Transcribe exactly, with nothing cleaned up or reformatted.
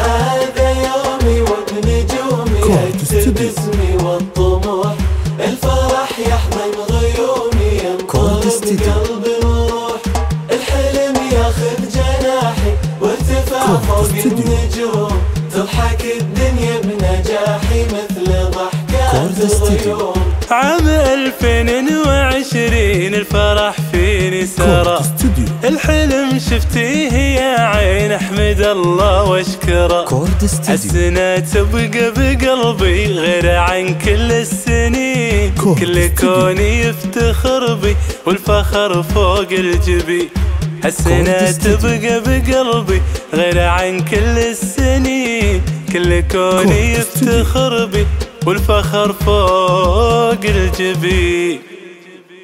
هذا يومي وبنجومي اكتب اسمي والطموح، الفرح يحمل غيومي ينطلق قلبي وروح، الحلم ياخذ جناحي وارتفع فوق النجوم، تضحك الدنيا بنجاحي مثل ضحكات الغيوم. عام ألفين وعشرين الفرح فيني سرى، الحلم شفتيه يا عين احمد الله واشكره، السنة تبقى بقلبي غير عن كل السنين، كل كوني يفتخر بي والفخر فوق الجبين، السنة تبقى بقلبي غير عن كل السنين، كل كوني يفتخر بي والفخر فوق الجبين.